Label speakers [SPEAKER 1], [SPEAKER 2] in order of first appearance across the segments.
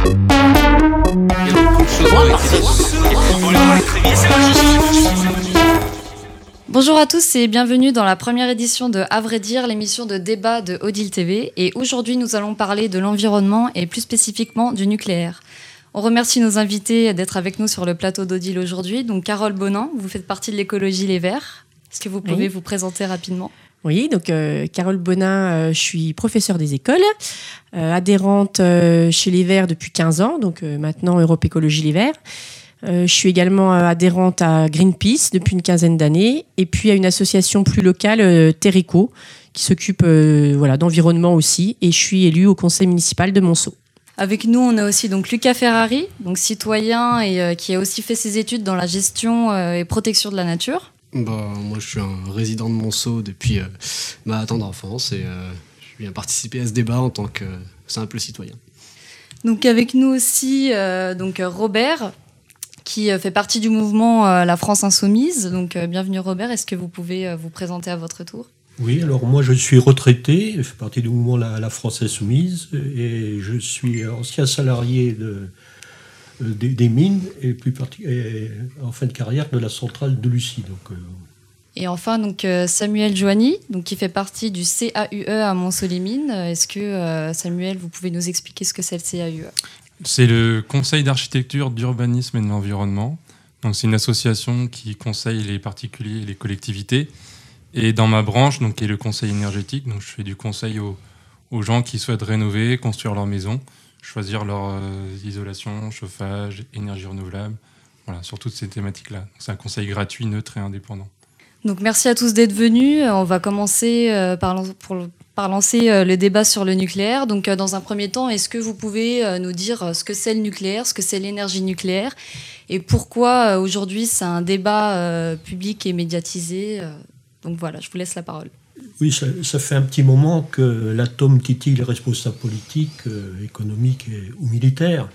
[SPEAKER 1] Bonjour à tous et bienvenue dans la première édition de À vrai dire, l'émission de débat de Odile TV. Et aujourd'hui, nous allons parler de l'environnement et plus spécifiquement du nucléaire. On remercie nos invités d'être avec nous sur le plateau d'Odile aujourd'hui. Donc Carole Bonin, vous faites partie de l'écologie Les Verts. Est-ce que vous pouvez vous présenter rapidement ?
[SPEAKER 2] Oui, donc Carole Bonin, je suis professeure des écoles, adhérente chez Les Verts depuis 15 ans, donc maintenant Europe Écologie Les Verts. Je suis également adhérente à Greenpeace depuis une quinzaine d'années et puis à une association plus locale, Terrico, qui s'occupe d'environnement aussi, et je suis élue au conseil municipal de Monceau.
[SPEAKER 1] Avec nous, on a aussi donc Lucas Ferrari, donc citoyen et qui a aussi fait ses études dans la gestion et protection de la nature.
[SPEAKER 3] Moi, je suis un résident de Monceau depuis ma tendre enfance et je viens participer à ce débat en tant que simple citoyen.
[SPEAKER 1] Donc avec nous aussi Robert, qui fait partie du mouvement La France Insoumise. Donc bienvenue Robert, est-ce que vous pouvez vous présenter à votre tour ?
[SPEAKER 4] Oui, alors moi je suis retraité, je fais partie du mouvement La France Insoumise et je suis ancien salarié des mines et en fin de carrière de la centrale de Lucie.
[SPEAKER 1] Et enfin Samuel Joanny, qui fait partie du CAUE à Monceau-les-Mines. Est-ce que Samuel, vous pouvez nous expliquer ce que c'est le CAUE ?
[SPEAKER 5] C'est le Conseil d'architecture, d'urbanisme et de l'environnement. Donc, c'est une association qui conseille les particuliers et les collectivités. Et dans ma branche, qui est le conseil énergétique, je fais du conseil aux gens qui souhaitent rénover, construire leur maison, choisir leur isolation, chauffage, énergie renouvelable, voilà, sur toutes ces thématiques-là. Donc, c'est un conseil gratuit, neutre et indépendant.
[SPEAKER 1] Donc, merci à tous d'être venus. On va commencer par lancer le débat sur le nucléaire. Donc, dans un premier temps, est-ce que vous pouvez nous dire ce que c'est le nucléaire, ce que c'est l'énergie nucléaire et pourquoi aujourd'hui c'est un débat public et médiatisé Donc voilà, je vous laisse la parole.
[SPEAKER 4] Oui, ça fait un petit moment que l'atome titille les responsables politiques, économiques ou militaires.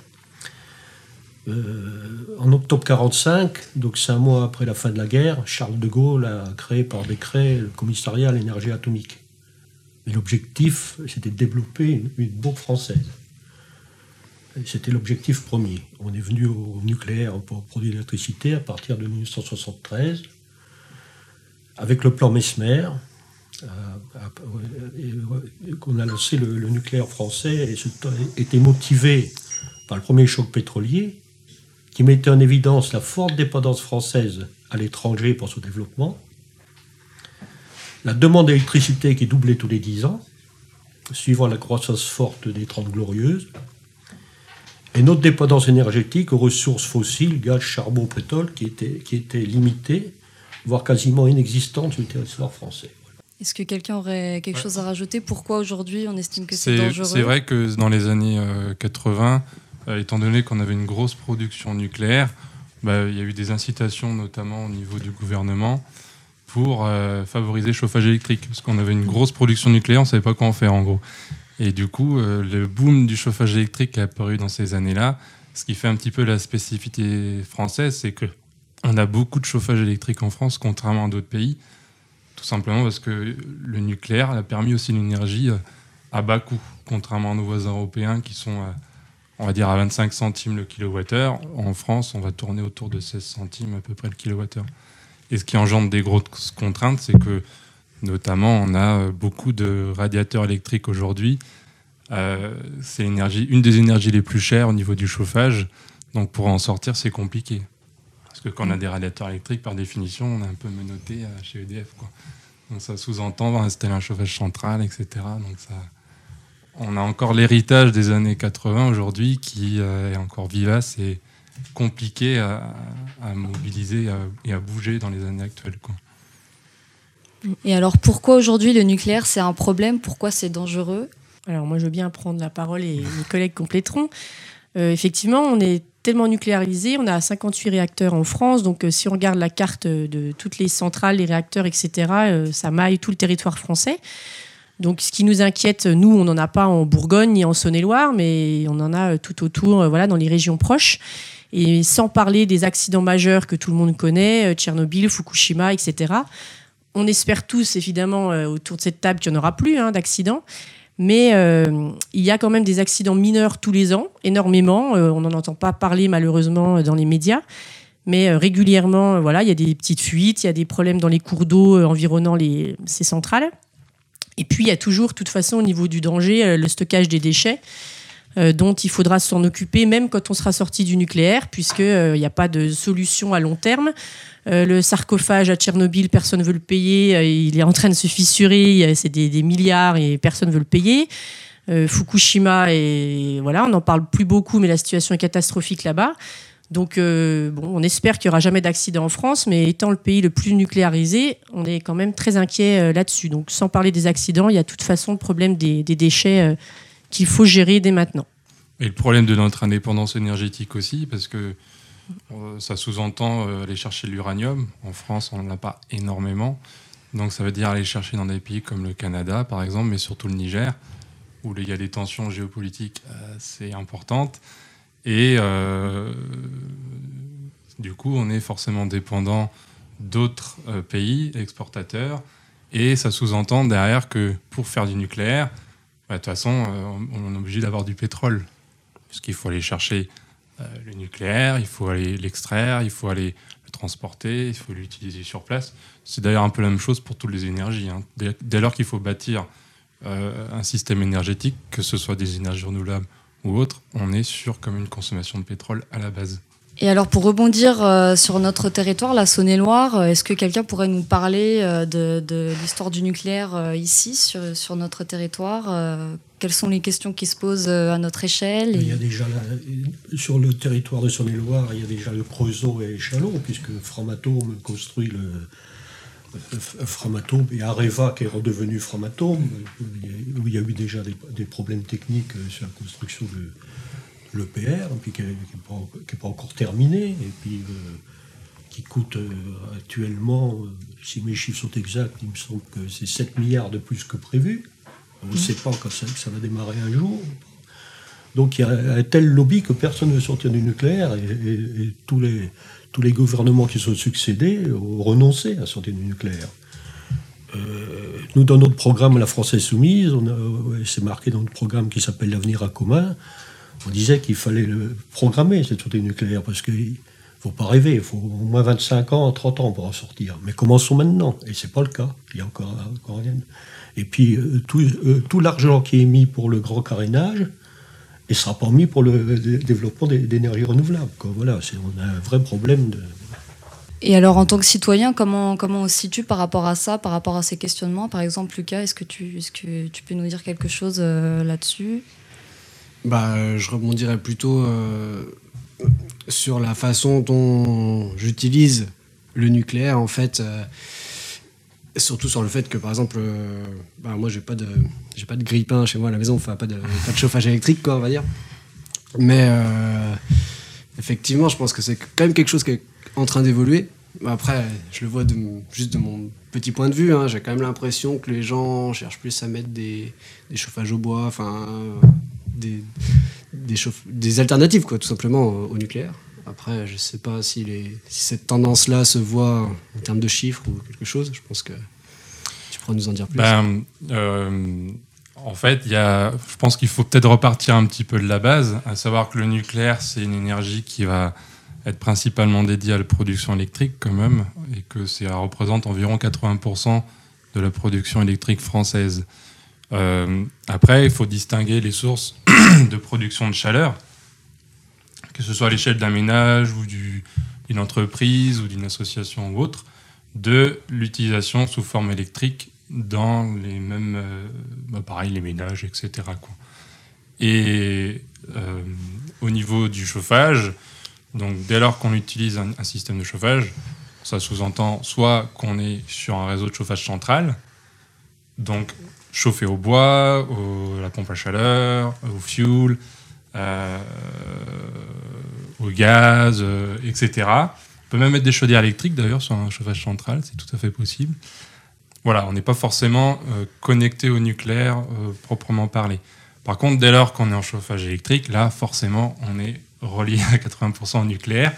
[SPEAKER 4] En octobre 1945, donc 5 mois après la fin de la guerre, Charles de Gaulle a créé par décret le commissariat à l'énergie atomique. Et l'objectif, c'était de développer une bombe française. Et c'était l'objectif premier. On est venu au nucléaire pour produire l'électricité à partir de 1973, avec le plan Mesmer, qu'on a lancé le nucléaire français, et était motivé par le premier choc pétrolier, qui mettait en évidence la forte dépendance française à l'étranger pour son développement, la demande d'électricité qui doublait tous les 10 ans, suivant la croissance forte des 30 Glorieuses, et notre dépendance énergétique aux ressources fossiles, gaz, charbon, pétrole, qui était limitée, voire quasiment inexistante sur le territoire français.
[SPEAKER 1] Est-ce que quelqu'un aurait quelque chose à rajouter ? Pourquoi aujourd'hui on estime que c'est dangereux ?
[SPEAKER 5] C'est vrai que dans les années 80, étant donné qu'on avait une grosse production nucléaire, il y a eu des incitations, notamment au niveau du gouvernement, pour favoriser le chauffage électrique. Parce qu'on avait une grosse production nucléaire, on ne savait pas quoi en faire en gros. Et du coup, le boom du chauffage électrique est apparu dans ces années-là. Ce qui fait un petit peu la spécificité française, c'est qu'on a beaucoup de chauffage électrique en France, contrairement à d'autres pays. Tout simplement parce que le nucléaire a permis aussi l'énergie à bas coût, contrairement à nos voisins européens qui sont, on va dire, à 25 centimes le kilowattheure. En France, on va tourner autour de 16 centimes à peu près le kilowattheure. Et ce qui engendre des grosses contraintes, c'est que, notamment, on a beaucoup de radiateurs électriques aujourd'hui. C'est une des énergies les plus chères au niveau du chauffage. Donc, pour en sortir, c'est compliqué. Parce que quand on a des radiateurs électriques, par définition, on est un peu menotté chez EDF, quoi. Donc, ça sous-entend installer un chauffage central, etc. Donc, on a encore l'héritage des années 80 aujourd'hui qui est encore vivace et compliqué à mobiliser et à bouger dans les années actuelles, quoi.
[SPEAKER 1] Et alors, pourquoi aujourd'hui le nucléaire, c'est un problème ? Pourquoi c'est dangereux ?
[SPEAKER 2] Alors moi, je veux bien prendre la parole et mes collègues compléteront. Effectivement, on est tellement nucléarisé, on a 58 réacteurs en France, donc si on regarde la carte de toutes les centrales, les réacteurs, etc., ça maille tout le territoire français. Donc ce qui nous inquiète, nous, on n'en a pas en Bourgogne ni en Saône-et-Loire, mais on en a tout autour, dans les régions proches. Et sans parler des accidents majeurs que tout le monde connaît, Tchernobyl, Fukushima, etc. On espère tous, évidemment, autour de cette table qu'il n'y en aura plus d'accidents. Mais il y a quand même des accidents mineurs tous les ans, énormément. On n'en entend pas parler malheureusement dans les médias. Mais régulièrement, il y a des petites fuites, il y a des problèmes dans les cours d'eau environnant ces centrales. Et puis, il y a toujours, de toute façon, au niveau du danger, le stockage des déchets, dont il faudra s'en occuper, même quand on sera sorti du nucléaire, puisqu'il n'y a pas de solution à long terme. Le sarcophage à Tchernobyl, personne ne veut le payer. Il est en train de se fissurer. C'est des milliards et personne ne veut le payer. Fukushima, on n'en parle plus beaucoup, mais la situation est catastrophique là-bas. Donc, on espère qu'il n'y aura jamais d'accident en France, mais étant le pays le plus nucléarisé, on est quand même très inquiet là-dessus. Donc, sans parler des accidents, il y a de toute façon le problème des déchets qu'il faut gérer dès maintenant.
[SPEAKER 5] Et le problème de notre indépendance énergétique aussi, parce que ça sous-entend aller chercher l'uranium. En France, on n'en a pas énormément. Donc, ça veut dire aller chercher dans des pays comme le Canada, par exemple, mais surtout le Niger, où il y a des tensions géopolitiques assez importantes. Et du coup, on est forcément dépendant d'autres pays exportateurs. Et ça sous-entend derrière que pour faire du nucléaire, de toute façon, on est obligé d'avoir du pétrole. Parce qu'il faut aller chercher le nucléaire, il faut aller l'extraire, il faut aller le transporter, il faut l'utiliser sur place. C'est d'ailleurs un peu la même chose pour toutes les énergies. Dès lors qu'il faut bâtir un système énergétique, que ce soit des énergies renouvelables ou autres, on est sur comme une consommation de pétrole à la base.
[SPEAKER 1] Et alors, pour rebondir sur notre territoire, la Saône-et-Loire, est-ce que quelqu'un pourrait nous parler de l'histoire du nucléaire ici, sur notre territoire Quelles sont les questions qui se posent à notre échelle
[SPEAKER 4] Il y a déjà, sur le territoire de Saône-et-Loire, il y a déjà le Creusot et Chalon, puisque Framatome construit le Framatome et Areva qui est redevenu Framatome, où il y a eu déjà des problèmes techniques sur la construction de l'EPR, puis qui n'est pas encore terminé, et puis qui coûte actuellement, si mes chiffres sont exacts, il me semble que c'est 7 milliards de plus que prévu. On ne sait pas quand ça va démarrer un jour. Donc il y a un tel lobby que personne ne veut sortir du nucléaire, et tous les gouvernements qui sont succédés ont renoncé à sortir du nucléaire. Nous, dans notre programme La France Insoumise, c'est marqué dans notre programme qui s'appelle L'avenir en commun, on disait qu'il fallait le programmer, cette sortie nucléaire, parce qu'il ne faut pas rêver, il faut au moins 25 ans, 30 ans pour en sortir. Mais commençons maintenant, et ce n'est pas le cas, il y a encore rien. Et puis, tout l'argent qui est mis pour le grand carénage, ne sera pas mis pour le développement d'énergies renouvelables. Voilà, on a un vrai problème.
[SPEAKER 1] Et alors, en tant que citoyen, comment on se situe par rapport à ça, par rapport à ces questionnements ? Par exemple, Lucas, est-ce que tu peux nous dire quelque chose là-dessus ?
[SPEAKER 3] Je rebondirais plutôt sur la façon dont j'utilise le nucléaire, en fait. Surtout sur le fait que, par exemple, moi, j'ai pas de grille-pain chez moi à la maison, enfin, pas de chauffage électrique, quoi, on va dire. Mais effectivement, je pense que c'est quand même quelque chose qui est en train d'évoluer. Après, je le vois juste de mon petit point de vue. J'ai quand même l'impression que les gens cherchent plus à mettre des chauffages au bois, enfin, des alternatives, quoi, tout simplement, au nucléaire. Après, je ne sais pas si cette tendance-là se voit en termes de chiffres ou quelque chose. Je pense que tu pourras nous en dire plus.
[SPEAKER 5] En fait, je pense qu'il faut peut-être repartir un petit peu de la base, à savoir que le nucléaire, c'est une énergie qui va être principalement dédiée à la production électrique quand même, et que ça représente environ 80% de la production électrique française. Après, il faut distinguer les sources de production de chaleur, que ce soit à l'échelle d'un ménage ou d'une entreprise ou d'une association ou autre, de l'utilisation sous forme électrique dans les mêmes, pareil, les ménages, etc., quoi. Et au niveau du chauffage, donc dès lors qu'on utilise un système de chauffage, ça sous-entend soit qu'on est sur un réseau de chauffage central, donc chauffer au bois, à la pompe à chaleur, au fioul, au gaz, etc. On peut même mettre des chaudières électriques d'ailleurs sur un chauffage central, c'est tout à fait possible. Voilà, on n'est pas forcément connecté au nucléaire proprement parlé. Par contre, dès lors qu'on est en chauffage électrique, là, forcément, on est relié à 80% au nucléaire,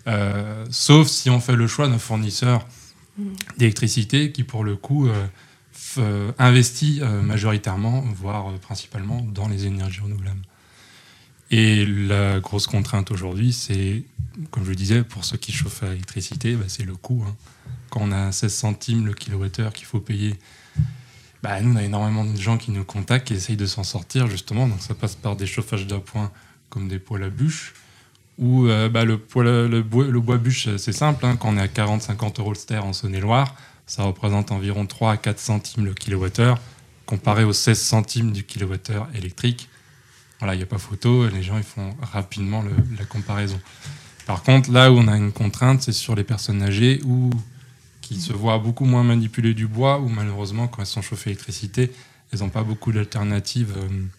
[SPEAKER 5] sauf si on fait le choix d'un fournisseur d'électricité qui, pour le coup, investit majoritairement, voire principalement, dans les énergies renouvelables. Et la grosse contrainte aujourd'hui, c'est, comme je le disais, pour ceux qui chauffent à l'électricité, c'est le coût. Quand on a 16 centimes le kilowattheure qu'il faut payer, nous, on a énormément de gens qui nous contactent, qui essayent de s'en sortir, justement. Donc ça passe par des chauffages d'appoint comme des poêles à bûches, ou le bois bûche, c'est simple. Quand on est à 40-50 € le ster en Saône-et-Loire, ça représente environ 3 à 4 centimes le kilowattheure, comparé aux 16 centimes du kilowattheure électrique. Voilà, il n'y a pas photo, les gens ils font rapidement la comparaison. Par contre, là où on a une contrainte, c'est sur les personnes âgées ou qui se voient beaucoup moins manipuler du bois, ou malheureusement, quand elles sont chauffées à l'électricité, elles n'ont pas beaucoup d'alternatives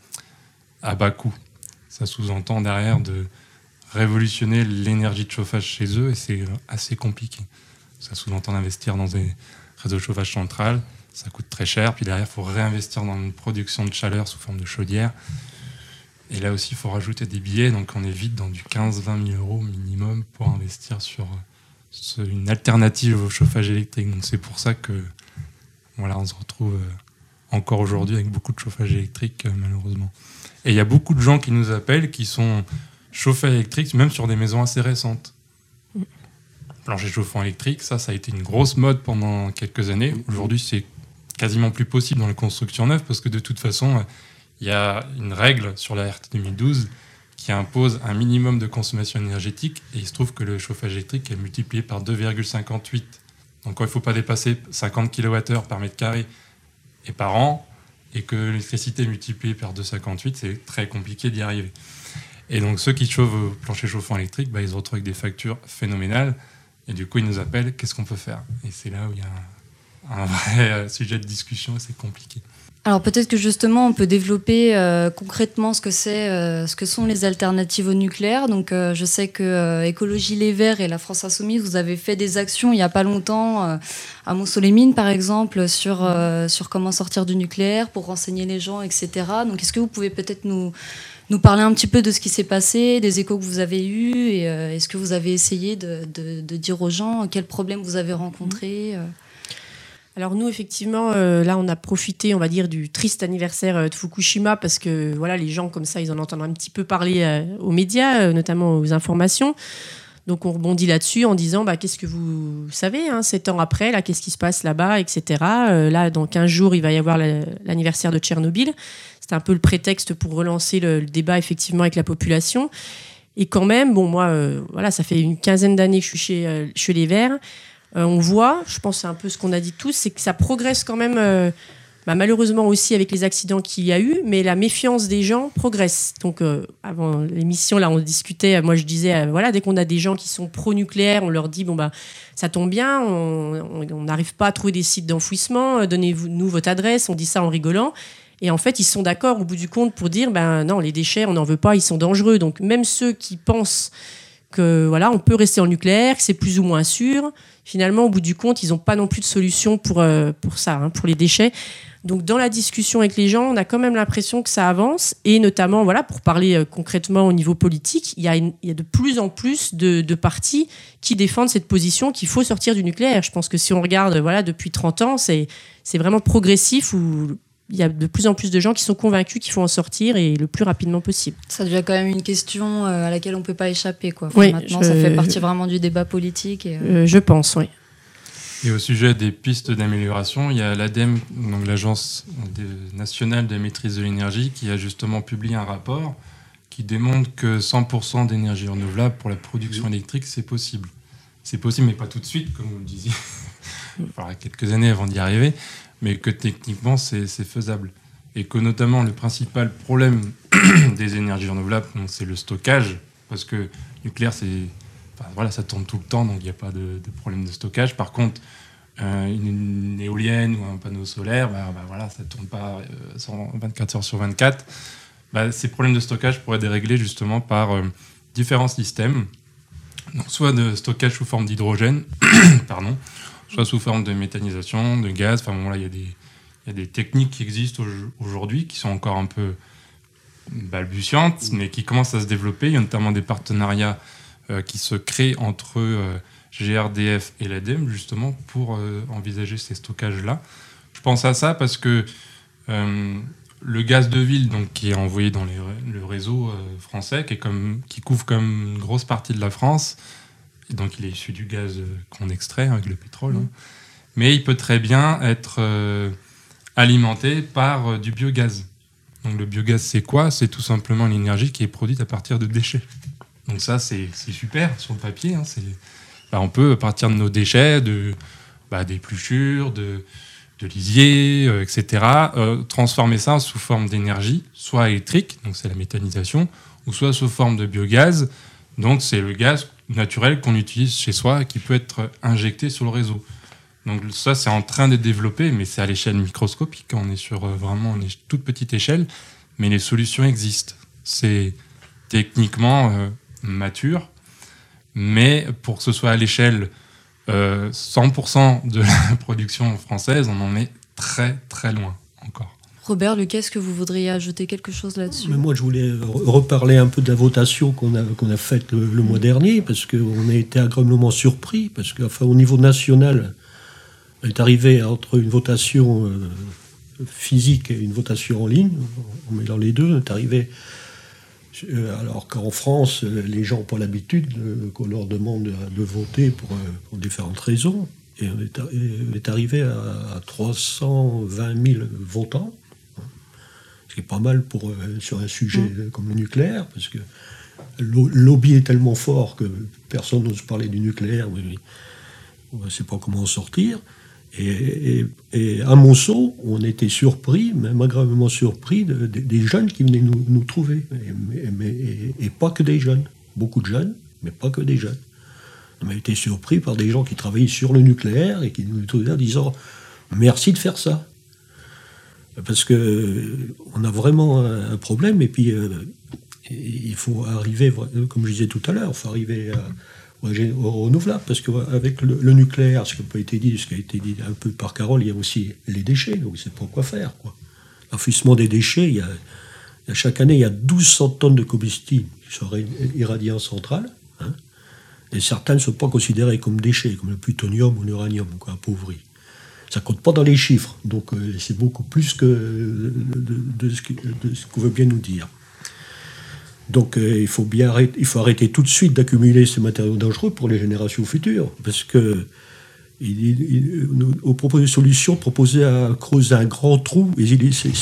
[SPEAKER 5] à bas coût. Ça sous-entend derrière de révolutionner l'énergie de chauffage chez eux, et c'est assez compliqué. Ça sous-entend d'investir dans des réseaux de chauffage central, ça coûte très cher, puis derrière, il faut réinvestir dans une production de chaleur sous forme de chaudière. Et là aussi, il faut rajouter des billets, donc on est vite dans du 15-20 000 € minimum pour investir sur une alternative au chauffage électrique. Donc c'est pour ça que on se retrouve encore aujourd'hui avec beaucoup de chauffage électrique, malheureusement. Et il y a beaucoup de gens qui nous appellent, qui sont chauffés électriques, même sur des maisons assez récentes. Plancher chauffant électrique, ça a été une grosse mode pendant quelques années. Aujourd'hui, c'est quasiment plus possible dans les constructions neuves, parce que de toute façon, il y a une règle sur la RT 2012 qui impose un minimum de consommation énergétique, et il se trouve que le chauffage électrique est multiplié par 2,58. Donc quand il ne faut pas dépasser 50 kWh par mètre carré et par an, et que l'électricité est multipliée par 2,58, c'est très compliqué d'y arriver. Et donc ceux qui chauffent au plancher chauffant électrique, ils se retrouvent avec des factures phénoménales, et du coup ils nous appellent, qu'est-ce qu'on peut faire ? Et c'est là où il y a un vrai sujet de discussion, et c'est compliqué.
[SPEAKER 1] Alors peut-être que justement on peut développer concrètement ce que sont les alternatives au nucléaire. Donc je sais que Écologie Les Verts et la France Insoumise, vous avez fait des actions il n'y a pas longtemps à Montceau-les-Mines par exemple sur comment sortir du nucléaire pour renseigner les gens, etc. Donc est-ce que vous pouvez peut-être nous parler un petit peu de ce qui s'est passé, des échos que vous avez eus, et est-ce que vous avez essayé de dire aux gens quels problèmes vous avez rencontrés
[SPEAKER 2] Alors nous, effectivement, là, on a profité, on va dire, du triste anniversaire de Fukushima, parce que voilà, les gens comme ça, ils en entendent un petit peu parler aux médias, notamment aux informations. Donc on rebondit là-dessus en disant, qu'est-ce que vous savez, 7 ans après, là, qu'est-ce qui se passe là-bas, etc. Là, dans 15 jours, il va y avoir l'anniversaire de Tchernobyl. C'était un peu le prétexte pour relancer le débat, effectivement, avec la population. Et quand même, moi, ça fait une quinzaine d'années que je suis chez Les Verts. On voit, je pense que c'est un peu ce qu'on a dit tous, c'est que ça progresse quand même, malheureusement aussi avec les accidents qu'il y a eu, mais la méfiance des gens progresse. Donc avant l'émission, là, on discutait, moi je disais, dès qu'on a des gens qui sont pro-nucléaire, on leur dit, ça tombe bien, on n'arrive pas à trouver des sites d'enfouissement, donnez-nous votre adresse, on dit ça en rigolant. Et en fait, ils sont d'accord au bout du compte pour dire, non, les déchets, on n'en veut pas, ils sont dangereux. Donc même ceux qui pensent que on peut rester en nucléaire, que c'est plus ou moins sûr, finalement, au bout du compte, ils n'ont pas non plus de solution pour ça, pour les déchets. Donc, dans la discussion avec les gens, on a quand même l'impression que ça avance. Et notamment, pour parler concrètement au niveau politique, il y a de plus en plus de partis qui défendent cette position qu'il faut sortir du nucléaire. Je pense que si on regarde depuis 30 ans, c'est vraiment progressif, où il y a de plus en plus de gens qui sont convaincus qu'il faut en sortir, et le plus rapidement possible.
[SPEAKER 1] Ça devient quand même une question à laquelle on ne peut pas échapper, quoi.
[SPEAKER 2] Oui,
[SPEAKER 1] maintenant, ça fait partie vraiment du débat politique.
[SPEAKER 2] Je pense, oui.
[SPEAKER 5] Et au sujet des pistes d'amélioration, il y a l'ADEME, donc l'Agence nationale de maîtrise de l'énergie, qui a justement publié un rapport qui démontre que 100% d'énergie renouvelable pour la production électrique, c'est possible. C'est possible, mais pas tout de suite, comme vous le disiez. Il faudra quelques années avant d'y arriver, mais que techniquement, c'est faisable. Et que notamment, le principal problème des énergies renouvelables, c'est le stockage, parce que le nucléaire, ça tourne tout le temps, donc il n'y a pas de problème de stockage. Par contre, une éolienne ou un panneau solaire, ça ne tourne pas 24 heures sur 24. Ces problèmes de stockage pourraient être réglés justement par différents systèmes, donc soit de stockage sous forme d'hydrogène, soit sous forme de méthanisation, de gaz. Il y a des techniques qui existent aujourd'hui, qui sont encore un peu balbutiantes, mais qui commencent à se développer. Il y a notamment des partenariats qui se créent entre GRDF et l'ADEME, justement, pour envisager ces stockages-là. Je pense à ça parce que le gaz de ville, donc, qui est envoyé dans le réseau français, qui couvre comme une grosse partie de la France, et donc il est issu du gaz qu'on extrait avec le pétrole, hein, mais il peut très bien être alimenté par du biogaz. Donc le biogaz, c'est quoi ? C'est tout simplement l'énergie qui est produite à partir de déchets. Donc ça, c'est super sur le papier. Hein, on peut, à partir de nos déchets, d'épluchures, de lisier, etc., transformer ça sous forme d'énergie, soit électrique, donc c'est la méthanisation, ou soit sous forme de biogaz, donc c'est le gaz naturel qu'on utilise chez soi et qui peut être injecté sur le réseau. Donc ça, c'est en train d'être développé, mais c'est à l'échelle microscopique. On est sur vraiment une toute petite échelle, mais les solutions existent. C'est techniquement mature, mais pour que ce soit à l'échelle 100% de la production française, on en est très très loin encore.
[SPEAKER 1] Robert, Lucas, est-ce que vous voudriez ajouter quelque chose là-dessus ?
[SPEAKER 4] Mais moi, je voulais reparler un peu de la votation qu'on a faite le mois dernier, parce qu'on a été agréablement surpris, parce qu'au niveau national, on est arrivé entre une votation physique et une votation en ligne. En mêlant les deux, on est arrivé... alors qu'en France, les gens n'ont pas l'habitude qu'on leur demande de voter pour différentes raisons. Et on est arrivé à 320 000 votants, ce qui est pas mal sur un sujet comme le nucléaire, parce que le lobby est tellement fort que personne n'ose parler du nucléaire, on ne sait pas comment en sortir. Et à Monceau, on était surpris, même agréablement surpris, des jeunes qui venaient nous trouver. Et pas que des jeunes. Beaucoup de jeunes, mais pas que des jeunes. On a été surpris par des gens qui travaillaient sur le nucléaire et qui nous trouvaient en disant « merci de faire ça ». Parce qu'on a vraiment un problème. Et puis, il faut arriver, comme je disais tout à l'heure, il faut arriver au renouvelable, parce qu'avec le nucléaire, ce qui a été dit un peu par Carole, il y a aussi les déchets, donc c'est pas quoi faire, quoi. L'enfouissement des déchets, chaque année, il y a 1200 tonnes de combustible qui sont irradiés en centrale, hein, et certains ne sont pas considérés comme déchets, comme le plutonium ou l'uranium, quoi, appauvri. Ça compte pas dans les chiffres, donc c'est beaucoup plus que de ce qu'on veut bien nous dire. Donc il faut arrêter tout de suite d'accumuler ces matériaux dangereux pour les générations futures, parce que au propos des solutions, proposer à creuser un grand trou et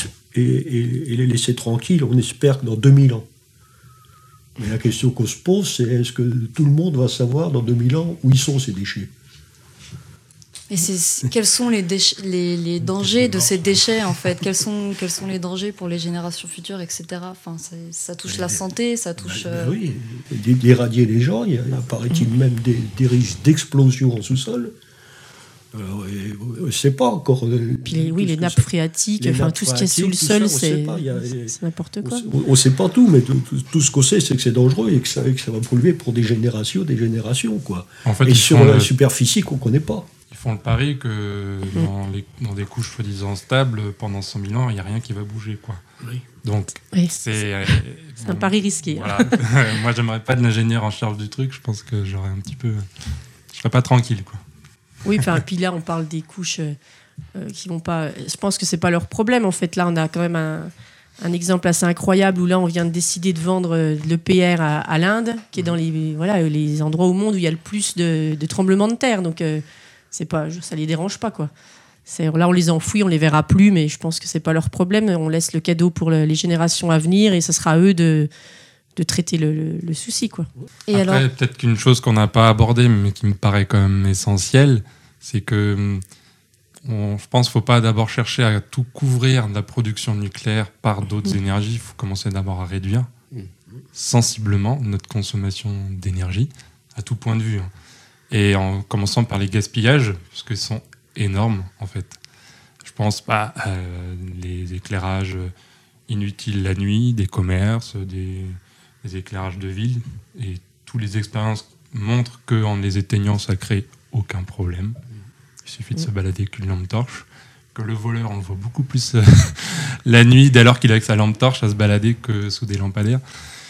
[SPEAKER 4] les laisser tranquilles, on espère que dans 2000 ans. Mais la question qu'on se pose, c'est est-ce que tout le monde va savoir dans 2000 ans où ils sont ces déchets ?
[SPEAKER 1] Et quels sont les dangers de ces déchets, en fait ? Quels sont les dangers pour les générations futures, etc. Enfin, ça touche la santé, ça touche...
[SPEAKER 4] Oui, d'irradier les gens, il y a, paraît-il, même des risques d'explosion en sous-sol. On ne sait pas encore...
[SPEAKER 2] Puis les nappes phréatiques, tout ce qui est sous le sol, c'est n'importe quoi.
[SPEAKER 4] On ne sait pas tout, mais tout ce qu'on sait, c'est que c'est dangereux et que ça va polluer pour des générations, quoi.
[SPEAKER 5] En fait,
[SPEAKER 4] et sur la superficie qu'on ne connaît pas.
[SPEAKER 5] Ils font le pari que dans des couches soi-disant stables, pendant 100 000 ans, il n'y a rien qui va bouger, quoi.
[SPEAKER 4] Oui.
[SPEAKER 5] Donc,
[SPEAKER 2] c'est un pari risqué.
[SPEAKER 5] Voilà. Moi, j'aimerais pas de l'ingénieur en charge du truc. Je pense que j'aurais un petit peu... Je serais pas tranquille, quoi.
[SPEAKER 2] Oui, puis là, on parle des couches qui vont pas... Je pense que c'est pas leur problème, en fait. Là, on a quand même un exemple assez incroyable où là, on vient de décider de vendre l'EPR à l'Inde, qui est dans les endroits au monde où il y a le plus de tremblements de terre. Donc... ça les dérange pas, quoi. Là, on les enfouit, on les verra plus, mais je pense que c'est pas leur problème. On laisse le cadeau pour les générations à venir et ce sera à eux de traiter le souci, quoi.
[SPEAKER 1] Et
[SPEAKER 5] après,
[SPEAKER 1] alors...
[SPEAKER 5] peut-être qu'une chose qu'on n'a pas abordée, mais qui me paraît quand même essentielle, c'est que je pense qu'il ne faut pas d'abord chercher à tout couvrir de la production nucléaire par d'autres énergies. Il faut commencer d'abord à réduire sensiblement notre consommation d'énergie, à tout point de vue, hein. Et en commençant par les gaspillages, parce qu'ils sont énormes, en fait. Je pense pas à les éclairages inutiles la nuit, des commerces, des éclairages de ville. Et toutes les expériences montrent qu'en les éteignant, ça crée aucun problème. Il suffit de se balader avec une lampe torche. Que le voleur, on le voit beaucoup plus la nuit, dès lors qu'il est avec sa lampe torche, à se balader que sous des lampadaires.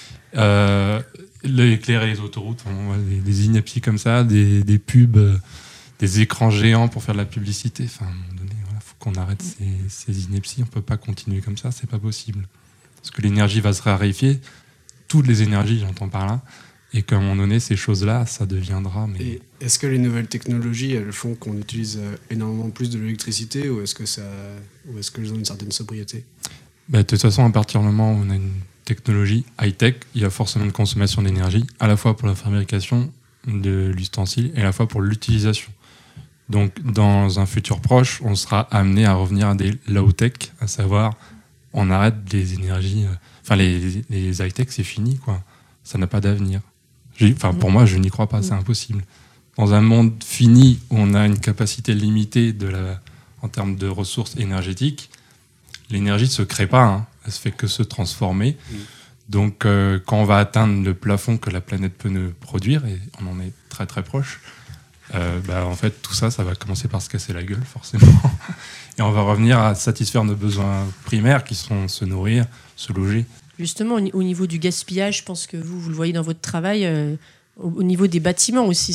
[SPEAKER 5] Éclairer les autoroutes, on voit des inepties comme ça, des pubs, des écrans géants pour faire de la publicité. Enfin, à un moment donné, il faut qu'on arrête ces inepties. On ne peut pas continuer comme ça, c'est pas possible. Parce que l'énergie va se raréfier, toutes les énergies, j'entends par là, et qu'à un moment donné, ces choses-là, ça deviendra... Mais...
[SPEAKER 3] Et est-ce que les nouvelles technologies, elles font qu'on utilise énormément plus de l'électricité, ou est-ce qu'elles ont une certaine sobriété ?
[SPEAKER 5] De toute façon, à partir du moment où on a une technologie high-tech, il y a forcément une consommation d'énergie, à la fois pour la fabrication de l'ustensile et à la fois pour l'utilisation. Donc, dans un futur proche, on sera amené à revenir à des low-tech, à savoir, on arrête les énergies... les high-tech, c'est fini, quoi. Ça n'a pas d'avenir. Pour moi, je n'y crois pas, c'est impossible. Dans un monde fini où on a une capacité limitée en termes de ressources énergétiques, l'énergie ne se crée pas, hein. Elle se fait que se transformer. Donc, quand on va atteindre le plafond que la planète peut nous produire, et on en est très très proche, en fait, tout ça, ça va commencer par se casser la gueule, forcément. Et on va revenir à satisfaire nos besoins primaires, qui sont se nourrir, se loger.
[SPEAKER 2] Justement, au niveau du gaspillage, je pense que vous le voyez dans votre travail, au niveau des bâtiments aussi,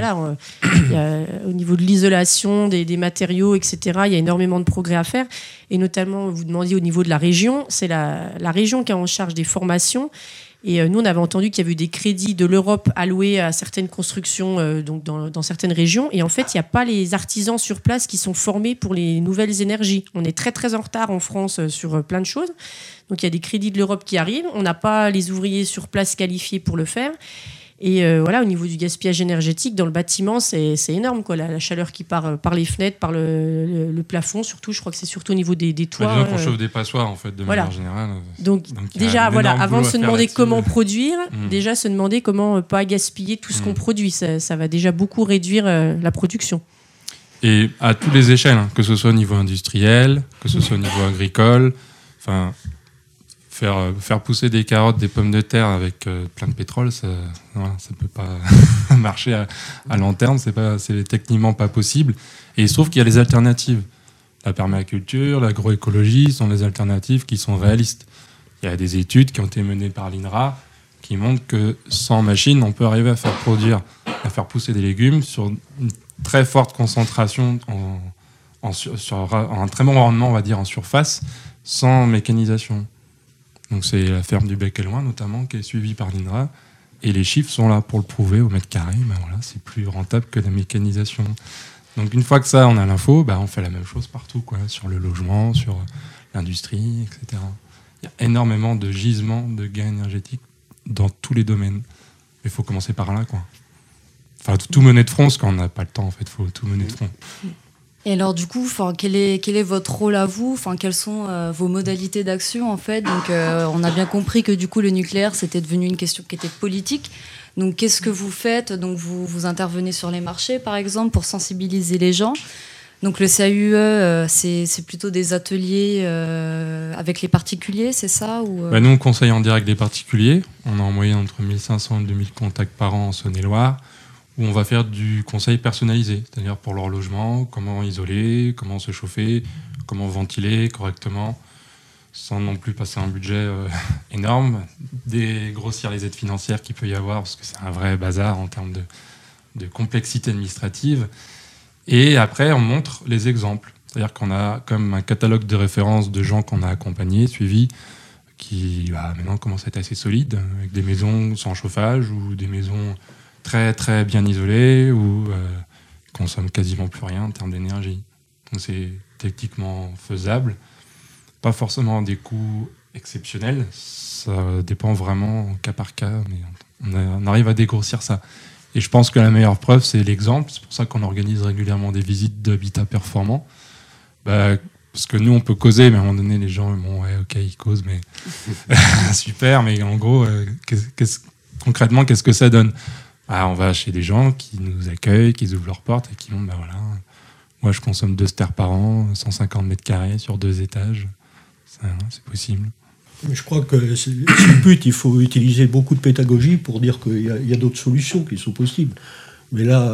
[SPEAKER 2] au niveau de l'isolation, des matériaux, etc., il y a énormément de progrès à faire. Et notamment, vous demandiez au niveau de la région, c'est la région qui est en charge des formations. Et nous, on avait entendu qu'il y avait eu des crédits de l'Europe alloués à certaines constructions donc dans certaines régions. Et en fait, il n'y a pas les artisans sur place qui sont formés pour les nouvelles énergies. On est très, très en retard en France sur plein de choses. Donc, il y a des crédits de l'Europe qui arrivent. On n'a pas les ouvriers sur place qualifiés pour le faire. Et au niveau du gaspillage énergétique, dans le bâtiment, c'est énorme, quoi. La chaleur qui part par les fenêtres, par le plafond, surtout. Je crois que c'est surtout au niveau des toits.
[SPEAKER 5] Déjà qu'on chauffe des passoires, en fait, de manière générale.
[SPEAKER 2] Donc déjà, avant de se demander comment produire, déjà se demander comment pas gaspiller tout ce qu'on produit. Ça va déjà beaucoup réduire la production.
[SPEAKER 5] Et à toutes les échelles, hein, que ce soit au niveau industriel, que ce soit au niveau agricole, faire pousser des carottes, des pommes de terre avec plein de pétrole, ça peut pas marcher à long terme, c'est techniquement pas possible. Et il se trouve qu'il y a les alternatives. La permaculture, l'agroécologie sont les alternatives qui sont réalistes. Il y a des études qui ont été menées par l'INRA qui montrent que sans machine, on peut arriver à faire pousser des légumes sur une très forte concentration sur un très bon rendement, on va dire, en surface, sans mécanisation. Donc c'est la ferme du Bec et Loin notamment qui est suivie par l'INRA et les chiffres sont là pour le prouver au mètre carré. C'est plus rentable que la mécanisation. Donc une fois que ça on a l'info, on fait la même chose partout, quoi, sur le logement, sur l'industrie, etc. Il y a énormément de gisements de gains énergétiques dans tous les domaines. Il faut commencer par là, quoi. Tout mener de front, parce qu'on n'a pas le temps, en fait, il faut tout mener de front.
[SPEAKER 1] Et alors du coup, quel est votre rôle à vous ? Quelles sont vos modalités d'action en fait ? Donc on a bien compris que du coup le nucléaire c'était devenu une question qui était politique. Donc qu'est-ce que vous faites ? Donc vous intervenez sur les marchés par exemple pour sensibiliser les gens. Donc le CAUE c'est plutôt des ateliers avec les particuliers, c'est ça ou
[SPEAKER 5] Nous on conseille en direct des particuliers. On a en moyenne entre 1500 et 2000 contacts par an en Saône-et-Loire. Où on va faire du conseil personnalisé, c'est-à-dire pour leur logement, comment isoler, comment se chauffer, comment ventiler correctement, sans non plus passer un budget énorme, dégrossir les aides financières qu'il peut y avoir, parce que c'est un vrai bazar en termes de complexité administrative. Et après, on montre les exemples. C'est-à-dire qu'on a comme un catalogue de références de gens qu'on a accompagnés, suivis, qui maintenant commencent à être assez solides, avec des maisons sans chauffage ou des maisons très très bien isolés ou consomment quasiment plus rien en termes d'énergie. Donc c'est techniquement faisable, pas forcément des coûts exceptionnels, ça dépend vraiment cas par cas, mais on arrive à dégrossir ça. Et je pense que la meilleure preuve c'est l'exemple, c'est pour ça qu'on organise régulièrement des visites d'habitats performants, parce que nous on peut causer, mais à un moment donné les gens ils causent, mais super, mais en gros concrètement qu'est-ce que ça donne ? On va chez des gens qui nous accueillent, qui ouvrent leurs portes et qui montrent, moi je consomme 2 stères par an, 150 mètres carrés sur 2 étages. C'est possible.
[SPEAKER 4] Je crois que c'est le but, il faut utiliser beaucoup de pédagogie pour dire qu'il y a d'autres solutions qui sont possibles. Mais là,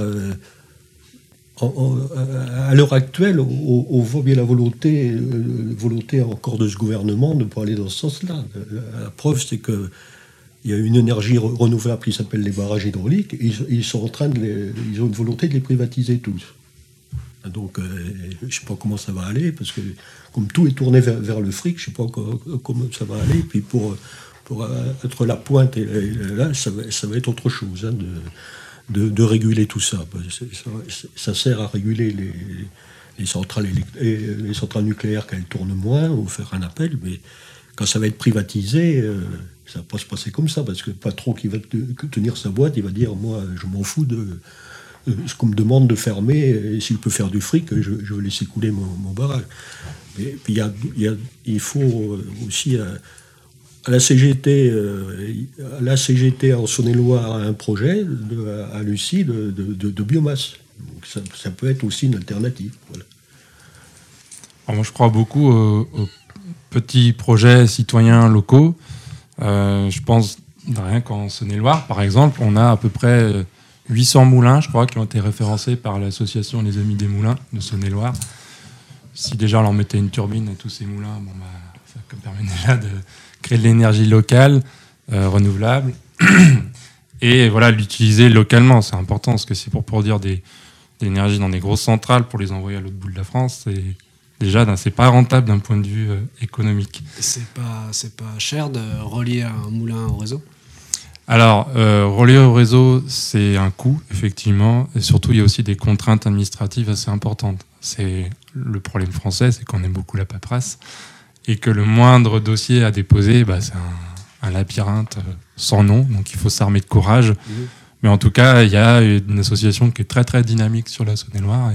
[SPEAKER 4] à l'heure actuelle, on voit bien la volonté encore de ce gouvernement de ne pas aller dans ce sens-là. La preuve, c'est que il y a une énergie renouvelable qui s'appelle les barrages hydrauliques. Ils sont en train ils ont une volonté de les privatiser tous. Donc, je ne sais pas comment ça va aller, parce que comme tout est tourné vers le fric, je ne sais pas encore comment ça va aller. Puis pour être la pointe, et là, ça va être autre chose, hein, de réguler tout ça. Ça sert à réguler les centrales nucléaires quand elles tournent moins, ou faire un appel, mais quand ça va être privatisé, ça ne va pas se passer comme ça, parce que le patron qui va tenir sa boîte, il va dire, moi, je m'en fous de ce qu'on me demande de fermer, et s'il peut faire du fric, je vais laisser couler mon barrage. Et puis il faut aussi à la CGT en Saône-et-Loire un projet à Lucie de biomasse. Donc ça peut être aussi une alternative. Voilà.
[SPEAKER 5] Alors moi, je crois beaucoup aux petits projets citoyens locaux. Je pense rien qu'en Saône-et-Loire, par exemple, on a à peu près 800 moulins, je crois, qui ont été référencés par l'association Les Amis des Moulins de Saône-et-Loire. Si déjà on leur mettait une turbine à tous ces moulins, ça permet déjà de créer de l'énergie locale, renouvelable, et voilà, l'utiliser localement. C'est important, parce que c'est pour produire de l'énergie dans des grosses centrales, pour les envoyer à l'autre bout de la France. C'est pas rentable d'un point de vue économique.
[SPEAKER 3] C'est pas cher de relier un moulin au réseau ?
[SPEAKER 5] Alors, relier au réseau, c'est un coût, effectivement, et surtout, il y a aussi des contraintes administratives assez importantes. C'est le problème français, c'est qu'on aime beaucoup la paperasse, et que le moindre dossier à déposer, c'est un labyrinthe sans nom, donc il faut s'armer de courage. Mais en tout cas, il y a une association qui est très très dynamique sur la Saône-et-Loire,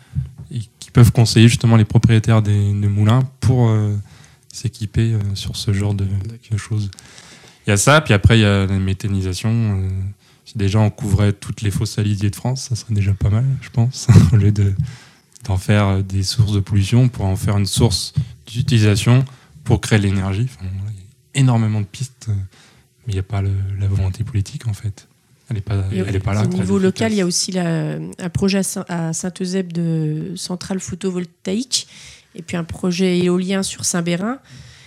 [SPEAKER 5] et qui peuvent conseiller justement les propriétaires de moulins pour s'équiper sur ce genre de choses. Il y a ça, puis après il y a la méthanisation. Si déjà on couvrait toutes les fosses salisiers de France, ça serait déjà pas mal, je pense, au lieu d'en faire des sources de pollution, pour en faire une source d'utilisation pour créer de l'énergie. Enfin, il y a énormément de pistes, mais il n'y a pas la volonté politique en fait. Elle n'est pas là.
[SPEAKER 2] Au niveau local, il y a aussi un projet à Saint-Eusèbe de centrale photovoltaïque, et puis un projet éolien sur Saint-Bérin.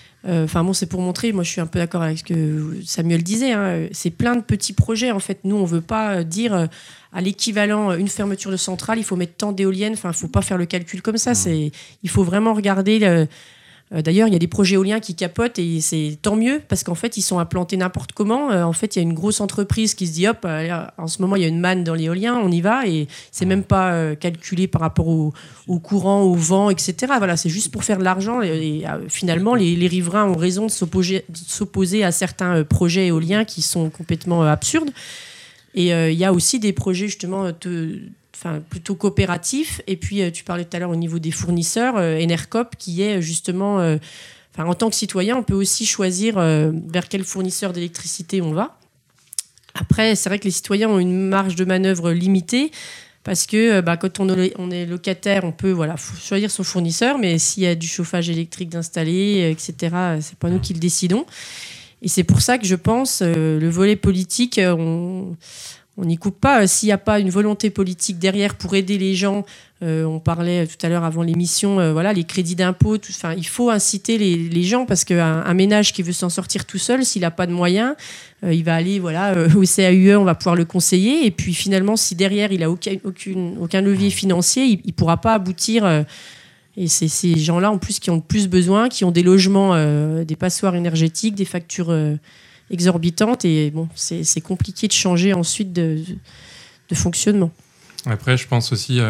[SPEAKER 2] C'est pour montrer, moi je suis un peu d'accord avec ce que Samuel disait, hein, c'est plein de petits projets en fait. Nous on veut pas dire à l'équivalent une fermeture de centrale il faut mettre tant d'éoliennes, il faut pas faire le calcul comme ça. Il faut vraiment regarder d'ailleurs il y a des projets éoliens qui capotent, et c'est tant mieux, parce qu'en fait ils sont implantés n'importe comment. En fait il y a une grosse entreprise qui se dit hop, en ce moment il y a une manne dans l'éolien, on y va, et c'est même pas calculé par rapport au courant, au vent, etc. Voilà, c'est juste pour faire de l'argent, et finalement les riverains ont raison de s'opposer à certains projets éoliens qui sont complètement absurdes. Et il y a aussi des projets justement plutôt coopératif. Et puis, tu parlais tout à l'heure au niveau des fournisseurs, Enercop, qui est justement... en tant que citoyen, on peut aussi choisir vers quel fournisseur d'électricité on va. Après, c'est vrai que les citoyens ont une marge de manœuvre limitée, parce que quand on est locataire, on peut choisir son fournisseur, mais s'il y a du chauffage électrique d'installer, etc., c'est pas nous qui le décidons. Et c'est pour ça que je pense le volet politique... On n'y coupe pas. S'il n'y a pas une volonté politique derrière pour aider les gens, on parlait tout à l'heure avant l'émission, les crédits d'impôt, il faut inciter les gens, parce qu'un ménage qui veut s'en sortir tout seul, s'il n'a pas de moyens, il va aller au CAUE, on va pouvoir le conseiller, et puis finalement, si derrière il n'a aucun levier financier, il ne pourra pas aboutir. Et c'est ces gens-là, en plus, qui ont le plus besoin, qui ont des logements, des passoires énergétiques, des factures... exorbitante, et c'est compliqué de changer ensuite de fonctionnement.
[SPEAKER 5] Après, je pense aussi,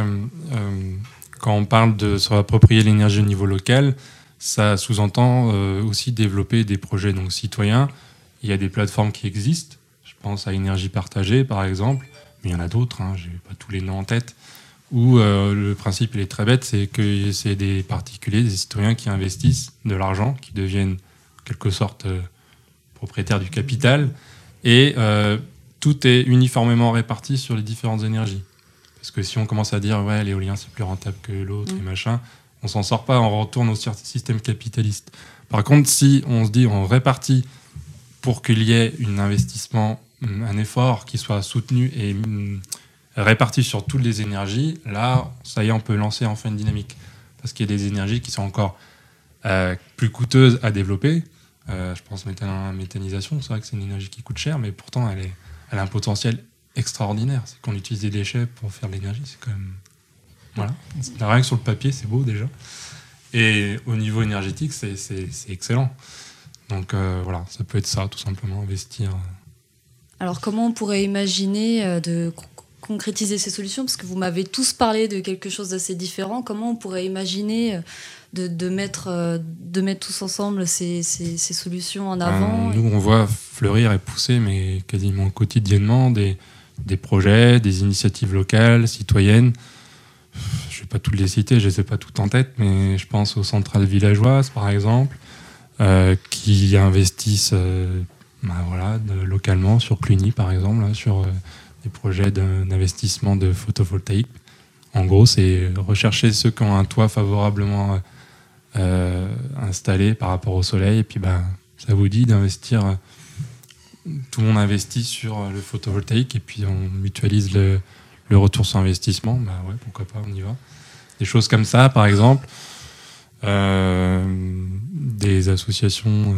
[SPEAKER 5] quand on parle de se réapproprier l'énergie au niveau local, ça sous-entend aussi développer des projets citoyens. Il y a des plateformes qui existent, je pense à Énergie Partagée par exemple, mais il y en a d'autres, je n'ai pas tous les noms en tête, où le principe il est très bête, c'est que c'est des particuliers, des citoyens qui investissent de l'argent, qui deviennent en quelque sorte... propriétaire du capital, et tout est uniformément réparti sur les différentes énergies. Parce que si on commence à dire l'éolien c'est plus rentable que l'autre et machin, on s'en sort pas, on retourne au système capitaliste. Par contre, si on se dit on répartit pour qu'il y ait un investissement, un effort qui soit soutenu et réparti sur toutes les énergies, là, ça y est, on peut lancer enfin une dynamique. Parce qu'il y a des énergies qui sont encore plus coûteuses à développer. Je pense méthanisation, c'est vrai que c'est une énergie qui coûte cher, mais pourtant elle a un potentiel extraordinaire. C'est qu'on utilise des déchets pour faire de l'énergie, c'est quand même Voilà. Rien que sur le papier, c'est beau déjà. Et au niveau énergétique, c'est excellent. Donc voilà, ça peut être ça, tout simplement, investir.
[SPEAKER 1] Alors comment on pourrait imaginer de concrétiser ces solutions? Parce que vous m'avez tous parlé de quelque chose d'assez différent. Comment on pourrait imaginer de mettre tous ensemble ces solutions en avant?
[SPEAKER 5] Nous, on voit fleurir et pousser, mais quasiment quotidiennement, des projets, des initiatives locales, citoyennes. Je ne vais pas toutes les citer, je ne les ai pas toutes en tête, mais je pense aux centrales villageoises, par exemple, qui investissent localement sur Cluny, par exemple, là, sur des projets d'investissement de photovoltaïque. En gros, c'est rechercher ceux qui ont un toit favorablement installé par rapport au soleil, et puis ça vous dit d'investir. Tout le monde investit sur le photovoltaïque, et puis on mutualise le retour sur investissement. Ouais, pourquoi pas, on y va. Des choses comme ça, par exemple. Des associations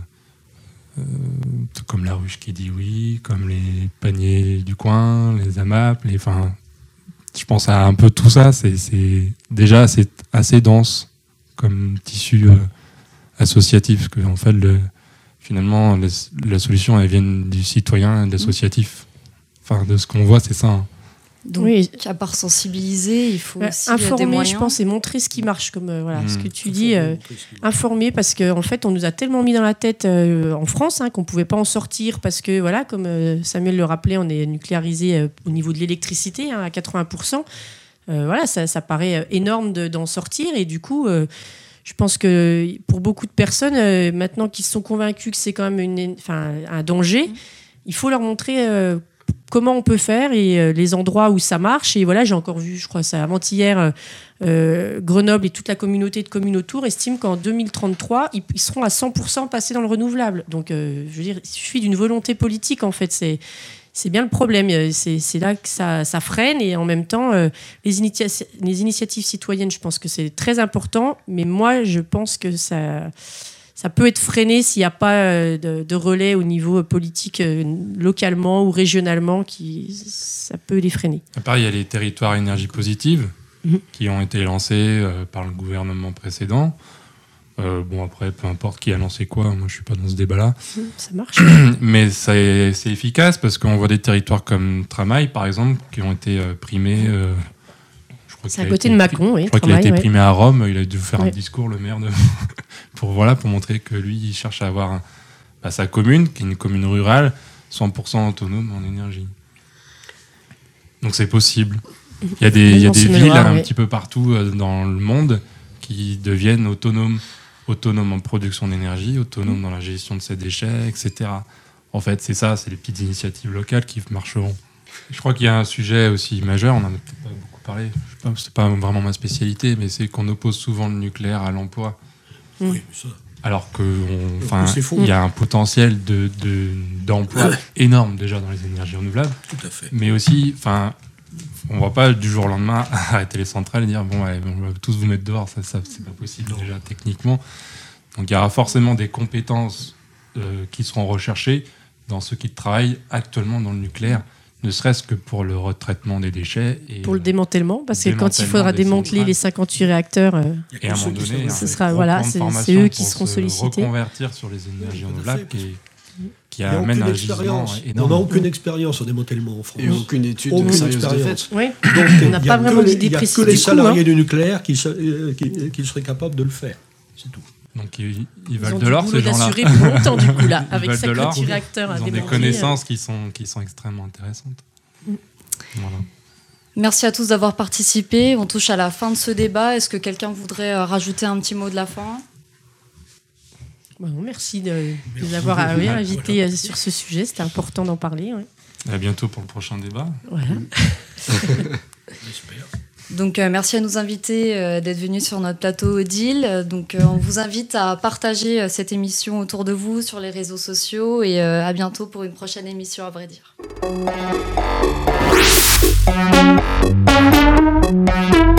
[SPEAKER 5] comme La Ruche qui dit oui, comme les paniers du coin, les AMAP, je pense à un peu tout ça. C'est assez dense comme tissu associatif, que en fait finalement la solution elle vient du citoyen et de l'associatif. Enfin, de ce qu'on voit, c'est ça.
[SPEAKER 1] Donc, à part sensibiliser, il faut aussi
[SPEAKER 2] informer,
[SPEAKER 1] des moyens.
[SPEAKER 2] je pense, et montrer ce qui marche, comme ce que tu dis. Informer, parce qu'en fait, on nous a tellement mis dans la tête en France qu'on ne pouvait pas en sortir, parce que, comme Samuel le rappelait, on est nucléarisé au niveau de l'électricité à 80%. Ça paraît énorme d'en sortir, et du coup, je pense que pour beaucoup de personnes, maintenant qui sont convaincus que c'est quand même un danger, il faut leur montrer comment on peut faire et les endroits où ça marche. Et voilà, j'ai encore vu, je crois, ça avant-hier, Grenoble et toute la communauté de communes autour estiment qu'en 2033, ils seront à 100% passés dans le renouvelable. Donc, je veux dire, il suffit d'une volonté politique, en fait. C'est bien le problème. C'est là que ça freine. Et en même temps, les initiatives citoyennes, je pense que c'est très important. Mais moi, je pense que ça peut être freiné s'il n'y a pas de relais au niveau politique localement ou régionalement, ça peut les freiner.
[SPEAKER 5] À part, il y a les territoires énergie positive qui ont été lancés par le gouvernement précédent. Après, peu importe qui a lancé quoi, moi je ne suis pas dans ce débat-là.
[SPEAKER 2] Ça marche.
[SPEAKER 5] Mais c'est efficace parce qu'on voit des territoires comme Tramail, par exemple, qui ont été primés.
[SPEAKER 2] C'est à côté de Mâcon, oui.
[SPEAKER 5] Je crois qu'il a été primé à Rome. Il a dû faire un discours, le maire, pour montrer que lui, il cherche à avoir sa commune, qui est une commune rurale, 100% autonome en énergie. Donc c'est possible. Il y a des villes un petit peu partout dans le monde qui deviennent autonomes en production d'énergie, autonomes dans la gestion de ses déchets, etc. En fait, c'est ça, c'est les petites initiatives locales qui marcheront. Je crois qu'il y a un sujet aussi majeur, on en a peut-être pas beaucoup parlé, c'est pas vraiment ma spécialité, mais c'est qu'on oppose souvent le nucléaire à l'emploi.
[SPEAKER 4] Oui, ça.
[SPEAKER 5] Alors qu'il y a un potentiel d'emploi énorme déjà dans les énergies renouvelables.
[SPEAKER 4] Tout à fait.
[SPEAKER 5] Mais aussi, on ne va pas du jour au lendemain arrêter les centrales et dire on va tous vous mettre dehors, ça c'est pas possible déjà techniquement. Donc il y aura forcément des compétences qui seront recherchées dans ceux qui travaillent actuellement dans le nucléaire, ne serait-ce que pour le retraitement des déchets. Et
[SPEAKER 2] pour le démantèlement, parce que quand il faudra démanteler les 58 réacteurs,
[SPEAKER 5] et à un moment donné,
[SPEAKER 2] c'est eux qui seront sollicités.
[SPEAKER 5] Reconvertir sur les énergies renouvelables qui amène un gisement énorme.
[SPEAKER 4] On n'a aucune expérience au démantèlement en France.
[SPEAKER 3] Et aucune étude sérieuse de fait.
[SPEAKER 2] Oui. Donc, on n'a pas vraiment d'idée précise.
[SPEAKER 4] Il n'y a que les salariés du nucléaire qui seraient capables de le faire. C'est tout.
[SPEAKER 5] Donc ils veulent de l'or, ces gens-là.
[SPEAKER 2] D'assurer pour longtemps, du coup, là, avec 58 réacteurs à
[SPEAKER 5] démanteler. Ils ont des connaissances qui sont extrêmement intéressantes. Voilà.
[SPEAKER 1] Merci à tous d'avoir participé. On touche à la fin de ce débat. Est-ce que quelqu'un voudrait rajouter un petit mot de la fin ?
[SPEAKER 2] Merci de nous avoir invités sur ce sujet. C'était important d'en parler. Ouais.
[SPEAKER 5] À bientôt pour le prochain débat.
[SPEAKER 2] Voilà.
[SPEAKER 4] J'espère.
[SPEAKER 1] Donc merci à nos invités d'être venus sur notre plateau Odile. Donc on vous invite à partager cette émission autour de vous sur les réseaux sociaux et à bientôt pour une prochaine émission à vrai dire.